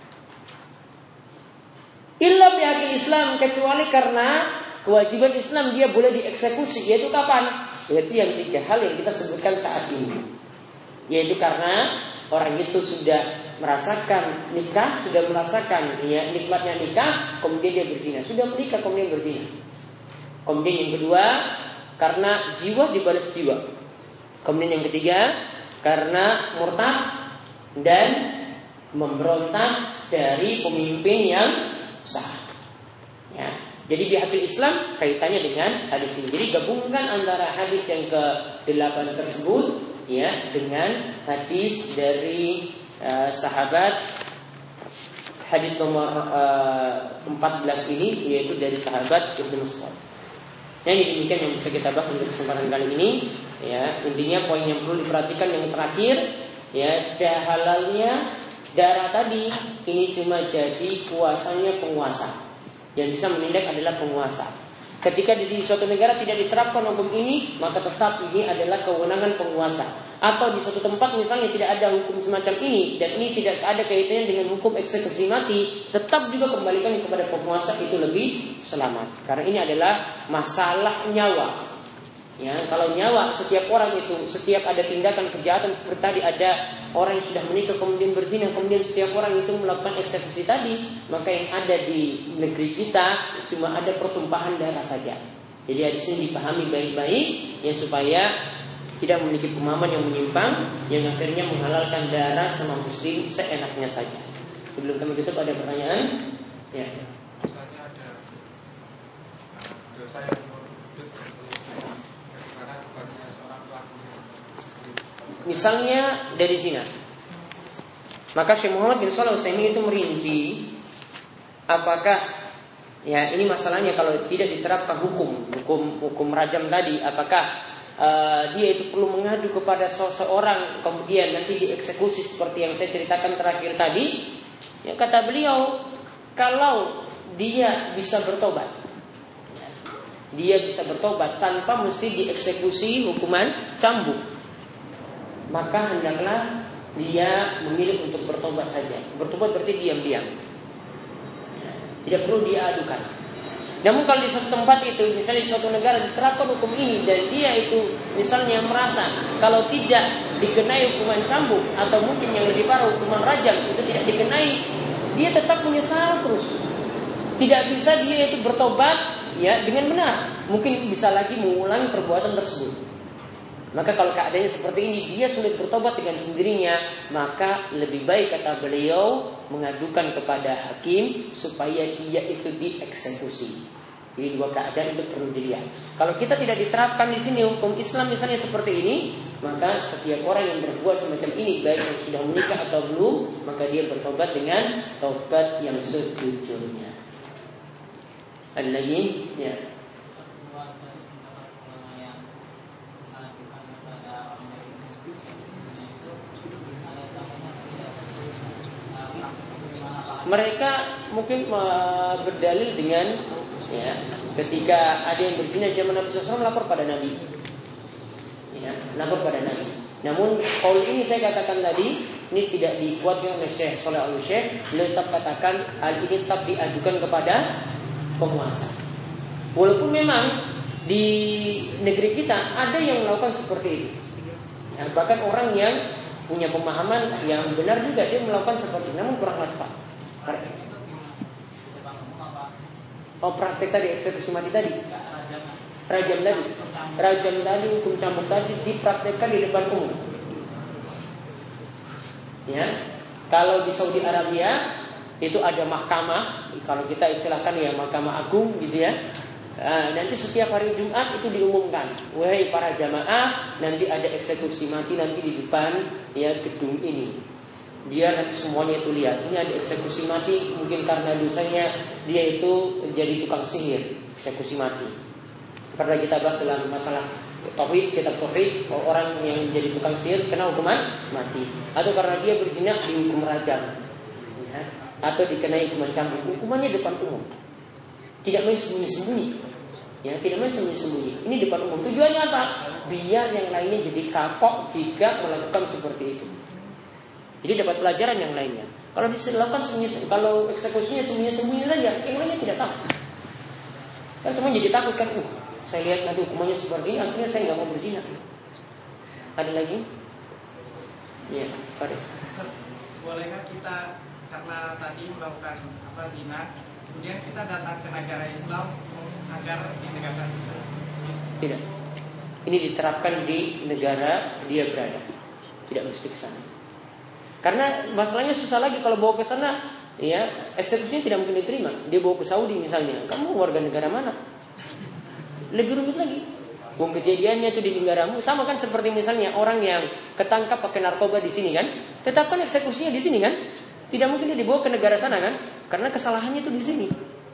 B: Illa bihaqil Islam, kecuali karena kewajiban Islam dia boleh dieksekusi. Yaitu kapan? Yaitu yang tiga hal yang kita sebutkan saat ini. Yaitu karena orang itu sudah merasakan nikah, sudah merasakan ya, nikmatnya nikah, kemudian dia berzina. Sudah menikah kemudian berzina. Kemudian yang kedua, karena jiwa dibalas jiwa. Kemudian yang ketiga, karena murtad dan memberontak dari pemimpin yang sah. Ya. Jadi bihaqil Islam kaitannya dengan hadis ini. Jadi gabungkan antara hadis yang ke delapan tersebut ya dengan hadis dari uh, sahabat hadis nomor uh, empat belas ini, yaitu dari sahabat Ibnu Mas'ud. Nah, ini demikian yang bisa kita bahas untuk kesempatan kali ini. Ya, intinya poin yang perlu diperhatikan yang terakhir, ya, halalnya darah tadi ini cuma jadi kuasanya penguasa. Yang bisa menindak adalah penguasa. Ketika di suatu negara tidak diterapkan hukum ini, maka tetap ini adalah kewenangan penguasa. Atau di suatu tempat misalnya tidak ada hukum semacam ini, dan ini tidak ada kaitannya dengan hukum eksekusi mati, tetap juga kembalikan kepada penguasa, itu lebih selamat. Karena ini adalah masalah nyawa. Ya, kalau nyawa setiap orang itu, setiap ada tindakan kejahatan seperti tadi, ada orang yang sudah menikah kemudian berzina, kemudian setiap orang itu melakukan eksekusi tadi, maka yang ada di negeri kita cuma ada pertumpahan darah saja. Jadi hadis ini dipahami baik-baik ya, supaya tidak memiliki pemahaman yang menyimpang yang akhirnya menghalalkan darah sama muslim seenaknya saja. Sebelum kami tutup, ada pertanyaan? Ya.
C: Misalnya ada dosa yang
B: misalnya dari zina, maka Syekh Muhammad bin Shalih Al-Utsaimin itu merinci apakah ya ini masalahnya kalau tidak diterapkan hukum hukum hukum rajam tadi, apakah uh, dia itu perlu mengadu kepada seseorang kemudian nanti dieksekusi seperti yang saya ceritakan terakhir tadi. Ya, kata beliau, kalau dia bisa bertobat, dia bisa bertobat tanpa mesti dieksekusi hukuman cambuk, maka hendaklah dia memilih untuk bertobat saja. Bertobat berarti diam-diam, tidak perlu dia adukan. Namun kalau di suatu tempat itu, misalnya di suatu negara diterapkan hukum ini, dan dia itu misalnya merasa kalau tidak dikenai hukuman cambuk, atau mungkin yang lebih parah hukuman rajam itu tidak dikenai, dia tetap menyesal terus. Tidak bisa dia itu bertobat ya dengan benar. Mungkin bisa lagi mengulangi perbuatan tersebut. Maka kalau keadaannya seperti ini, dia sulit bertobat dengan sendirinya, maka lebih baik kata beliau mengadukan kepada hakim supaya dia itu dieksekusi. Jadi dua keadaan itu perlu dilihat. Kalau kita tidak diterapkan di sini hukum Islam misalnya seperti ini, maka setiap orang yang berbuat semacam ini, baik yang sudah menikah atau belum, maka dia bertobat dengan tobat yang sejujurnya. Ada lagi? Ya. Mereka mungkin berdalil dengan ya, ketika ada yang berzina zaman Nabi shallallahu alaihi wasallam lapor pada Nabi, ya, lapor pada Nabi. Namun kalau ini saya katakan tadi, ini tidak dikuatkan oleh Syekh Shalih Al-Syekh. Beliau tetap katakan hal ini tetap diajukan kepada penguasa. Walaupun memang di negeri kita ada yang melakukan seperti itu, ya, bahkan orang yang punya pemahaman yang benar juga dia melakukan seperti itu, namun kurang tepat. Oh, praktek tadi eksekusi mati tadi, rajam tadi, rajam tadi, hukum cambuk tadi dipraktekkan di depan umum. Ya, kalau di Saudi Arabia itu ada mahkamah, kalau kita istilahkan ya mahkamah agung gitu ya. Nah, nanti setiap hari Jumat itu diumumkan, wahai para jamaah, nanti ada eksekusi mati nanti di depan ya gedung ini. Dia nanti semuanya itu lihat, ini ada eksekusi mati, mungkin karena dosanya dia itu jadi tukang sihir, eksekusi mati. Karena kita bahas dalam masalah tauhid, kitab tauhid, orang yang jadi tukang sihir kena hukuman mati, atau karena dia berzina dihukum rajam, ya, atau dikenai hukuman cambuk. Hukumannya depan umum, tidak main sembunyi-sembunyi, ya, tidak main sembunyi-sembunyi. Ini depan umum. Tujuannya apa? Biar yang lainnya jadi kapok jika melakukan seperti itu. Jadi dapat pelajaran yang lainnya. Kalau dilakukan sembunyi, kalau eksekusinya sembunyi-sembunyi saja, yang lainnya tidak tahu. Kan semua jadi takut kan. Uh, saya lihat nanti hukumannya seperti ini, akhirnya saya nggak mau berzina. Ada lagi? Ya, Faris.
C: Bolehkah kita karena tadi melakukan apa zina, kemudian kita datang ke negara Islam agar ditegakkan?
B: Tidak. Ini diterapkan di negara dia berada. Tidak mesti ke sana. Karena masalahnya susah lagi kalau bawa ke sana, ya eksekusinya tidak mungkin diterima. Dia bawa ke Saudi misalnya, kamu warga negara mana? Lebih rumit lagi. Wong kejadiannya itu di negaramu, sama kan seperti misalnya orang yang ketangkap pakai narkoba di sini kan, tetapkan eksekusinya di sini kan? Tidak mungkin dia dibawa ke negara sana kan? Karena kesalahannya itu di sini.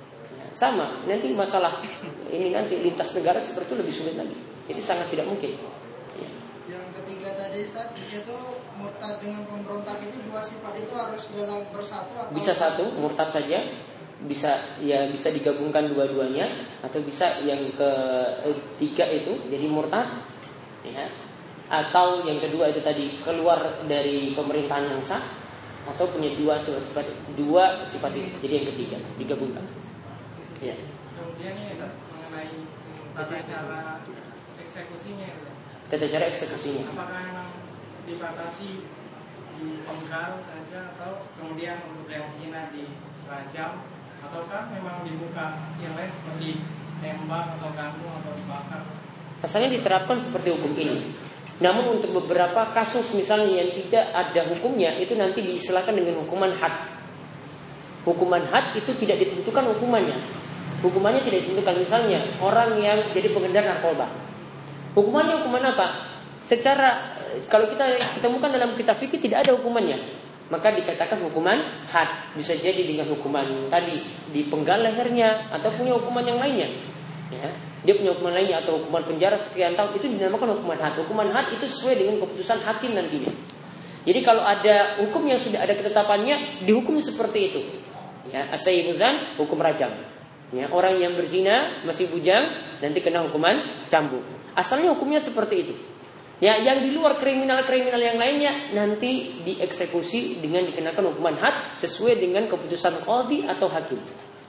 B: Sama, nanti masalah ini nanti lintas negara seperti itu lebih sulit lagi. Jadi sangat tidak mungkin.
D: Yang ketiga tadi Ustaz, itu murtad dengan pemberontak itu dua sifat itu harus dalam bersatu atau
B: bisa satu murtad saja, bisa ya bisa digabungkan dua-duanya, atau bisa yang ketiga itu jadi murtad, ya, atau yang kedua itu tadi keluar dari pemerintahan yang sah, atau punya dua sifat dua sifat itu jadi yang ketiga digabungkan. Ya.
C: Kemudian ini mengenai tata cara eksekusinya.
B: Tata cara eksekusinya.
C: Apakah memang dibatasi di penggal saja atau kemudian untuk yang zina dirajam, ataukah memang dibuka yang lain seperti tembak atau gantung atau dibakar? Asalnya
B: diterapkan seperti hukum ini. Namun untuk beberapa kasus misalnya yang tidak ada hukumnya, itu nanti diistilahkan dengan hukuman had. Hukuman had itu tidak ditentukan hukumannya. Hukumannya tidak ditentukan. Misalnya orang yang jadi pengedar narkoba, hukumannya hukuman apa? Secara kalau kita ketemukan dalam kitab fikih tidak ada hukumannya, maka dikatakan hukuman had. Bisa jadi dengan hukuman tadi dipenggal lehernya, atau punya hukuman yang lainnya, ya. Dia punya hukuman lainnya atau hukuman penjara sekian tahun, itu dinamakan hukuman had. Hukuman had itu sesuai dengan keputusan hakim nantinya. Jadi kalau ada hukum yang sudah ada ketetapannya, dihukum seperti itu. Ya, as-sayyibuzan hukum rajam. Ya, orang yang berzina masih bujang nanti kena hukuman cambuk. Asalnya hukumnya seperti itu. Ya, yang di luar kriminal-kriminal yang lainnya nanti dieksekusi dengan dikenakan hukuman had sesuai dengan keputusan qadhi atau hakim.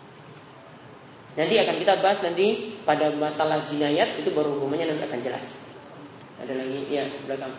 B: Nanti akan kita bahas nanti pada masalah jinayat, itu baru hukumannya nanti akan jelas. Ada lagi ya belakang.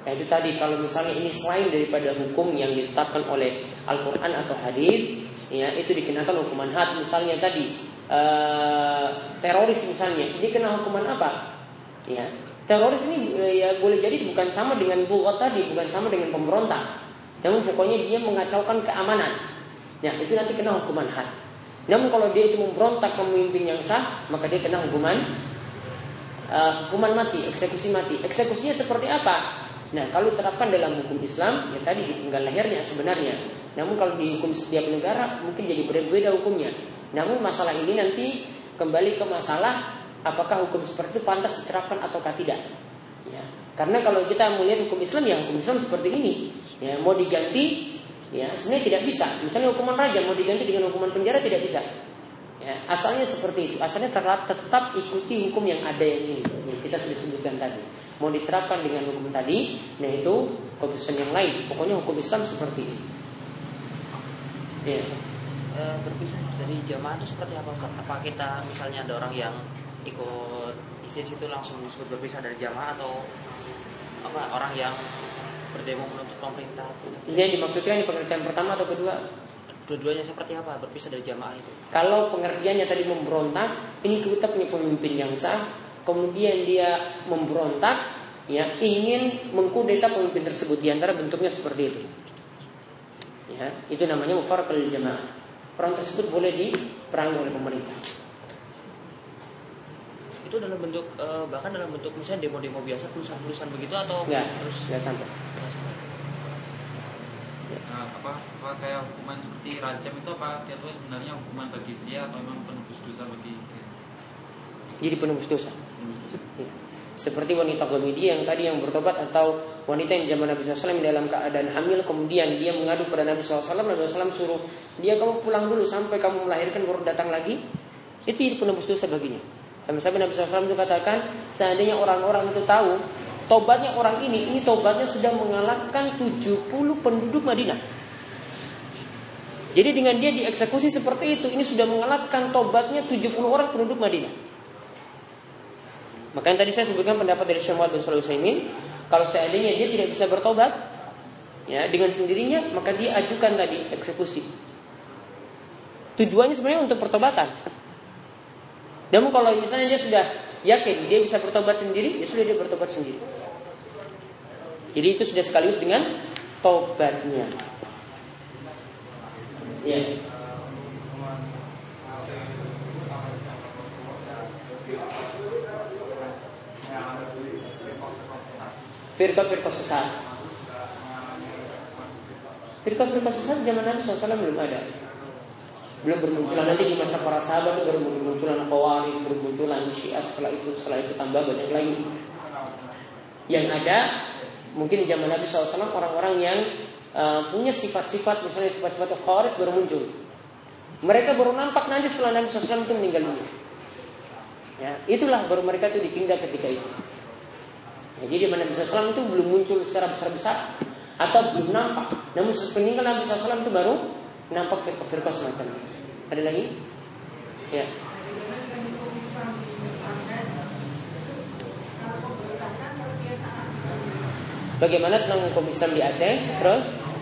B: Nah itu tadi, kalau misalnya ini selain daripada hukum yang ditetapkan oleh Al-Quran atau hadis, ya itu dikenakan hukuman had. Misalnya tadi uh, teroris misalnya, ini kena hukuman apa? Ya, teroris ini ya boleh jadi bukan sama dengan bughat tadi, bukan sama dengan pemberontak. Namun pokoknya dia mengacaukan keamanan. Ya itu nanti kena hukuman had. Namun kalau dia itu memberontak pemimpin yang sah, maka dia kena hukuman uh, hukuman mati, eksekusi mati. Eksekusinya seperti apa? Nah, kalau diterapkan dalam hukum Islam, ya tadi ditinggal lehernya sebenarnya. Namun kalau di hukum setiap negara mungkin jadi berbeda hukumnya. Namun masalah ini nanti kembali ke masalah apakah hukum seperti itu pantas diterapkan ataukah tidak. Ya, karena kalau kita melihat hukum Islam, ya hukum Islam seperti ini. Ya, mau diganti, ya sebenarnya tidak bisa. Misalnya hukuman rajam mau diganti dengan hukuman penjara tidak bisa. Ya, asalnya seperti itu. Asalnya tetap, tetap ikuti hukum yang ada yang ini. Yang kita sudah sebutkan tadi. Mau diterapkan dengan hukum tadi, nah itu keputusan yang lain. Pokoknya hukum Islam seperti ini. Ya.
E: E, berpisah dari jamaah itu seperti apa? Apa kita misalnya ada orang yang ikut ISIS itu langsung disebut berpisah dari jamaah, atau apa orang yang berdemo menuntut pemerintah?
B: Ini dimaksudkan di pengertian pertama atau kedua?
E: Dua-duanya seperti apa berpisah dari jamaah itu?
B: Kalau pengertiannya tadi memberontak, ini kita punya pemimpin yang sah. Kemudian dia memberontak, ya ingin mengkudeta pemimpin tersebut. Di antara bentuknya seperti itu. Ya, itu namanya mufaraqatul jamaah. Orang tersebut boleh diperangi oleh pemerintah.
E: Itu dalam bentuk eh, bahkan dalam bentuk misalnya demo-demo biasa, tulisan-tulisan begitu atau
B: ya,
E: harus
B: nggak sampai.
E: Nggak sampai.
F: Nah, apa, apa kayak hukuman seperti rajam itu apa dia tuh sebenarnya hukuman bagi dia atau memang penebus dosa bagi dia?
B: Jadi penebus dosa. Ya. Seperti wanita Ghamidiyah yang tadi yang bertobat, atau wanita yang zaman Nabi shallallahu alaihi wasallam dalam keadaan hamil, kemudian dia mengadu pada Nabi shallallahu alaihi wasallam. Nabi shallallahu alaihi wasallam suruh dia, kamu pulang dulu sampai kamu melahirkan baru datang lagi. Itu jadi penebus dosa baginya. Sampai-sampai Nabi shallallahu alaihi wasallam itu katakan, seandainya orang-orang itu tahu tobatnya orang ini, ini tobatnya sudah mengalahkan tujuh puluh penduduk Madinah. Jadi dengan dia dieksekusi seperti itu, ini sudah mengalahkan tobatnya tujuh puluh orang penduduk Madinah. Makanya tadi saya sebutkan pendapat dari Syekh Muhammad bin Shalih Al-Utsaimin, kalau seandainya dia tidak bisa bertobat, ya dengan sendirinya, maka dia ajukan tadi eksekusi. Tujuannya sebenarnya untuk pertobatan. Namun kalau misalnya dia sudah yakin dia bisa bertobat sendiri, ya sudah dia bertobat sendiri. Jadi itu sudah sekaligus dengan tobatnya. Ya. Firqah-firqah sesat. Firqah-firqah sesat zaman Nabi shallallahu alaihi wasallam belum ada. Belum bermunculan. Nanti di masa para sahabat baru bermunculan Khawarij, bermunculan Syiah, setelah itu setelah itu tambah banyak lagi. Yang ada mungkin zaman Nabi shallallahu alaihi wasallam orang-orang yang uh, punya sifat-sifat, misalnya sifat-sifat Khawarij baru muncul. Mereka baru nampak nanti setelah Nabi shallallahu alaihi wasallam itu meninggal dunia. Ya, itulah baru mereka itu ditinggal ketika itu. Ya, jadi Nabi shallallahu alaihi wasallam itu belum muncul secara besar-besar atau belum nampak. Namun sepeninggal Nabi shallallahu alaihi wasallam itu baru nampak firqah-firqah semacam itu. Ada lagi? Ya. Bagaimana tentang hukum Islam di Aceh? Terus?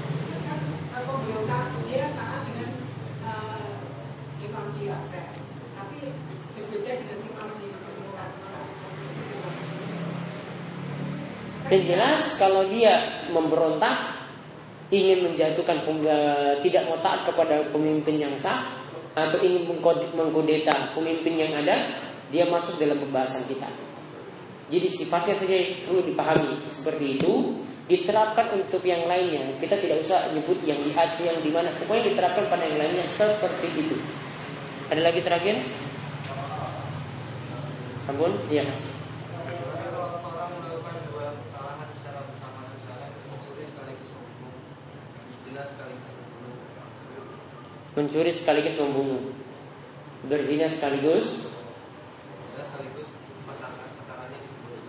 B: Yang jelas kalau dia memberontak, ingin menjatuhkan, tidak mau taat kepada pemimpin yang sah, atau ingin mengkudeta pemimpin yang ada, dia masuk dalam pembahasan kita. Jadi sifatnya saja perlu dipahami seperti itu, diterapkan untuk yang lainnya. Kita tidak usah nyebut yang di Aceh, yang di mana, pokoknya diterapkan pada yang lainnya seperti itu. Ada lagi terakhir? Ampun, iya. Mencuri sekaligus membunuh, berzina sekaligus,
F: sekaligus pasangan pasangannya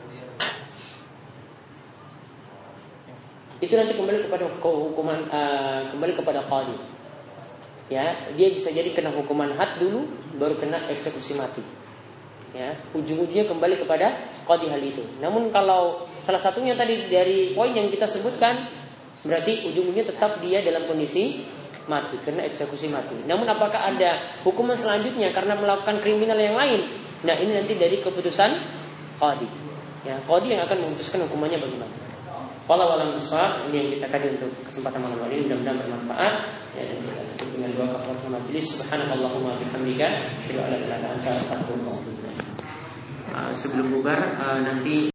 B: itu nanti kembali kepada hukuman, uh, kembali kepada qadhi. Ya, dia bisa jadi kena hukuman had dulu, baru kena eksekusi mati. Ya, ujung-ujungnya kembali kepada qadhi hal itu. Namun kalau salah satunya tadi dari poin yang kita sebutkan, berarti ujung-ujungnya tetap dia dalam kondisi mati karena eksekusi mati. Namun apakah ada hukuman selanjutnya karena melakukan kriminal yang lain? Nah, ini nanti dari keputusan qadhi. Ya, qadhi yang akan memutuskan hukumannya bagaimana. Wallahu a'lam bishawab. Ini yang kita kaji untuk kesempatan malam hari ini, mudah-mudahan bermanfaat. Ya, dan kita tutup dengan doa kafaratul majelis. Subhanakallahumma bihamdika, asyhadu an la ilaha illa anta, astaghfiruka wa atubu ilaik. Uh, sebelum bubar uh, nanti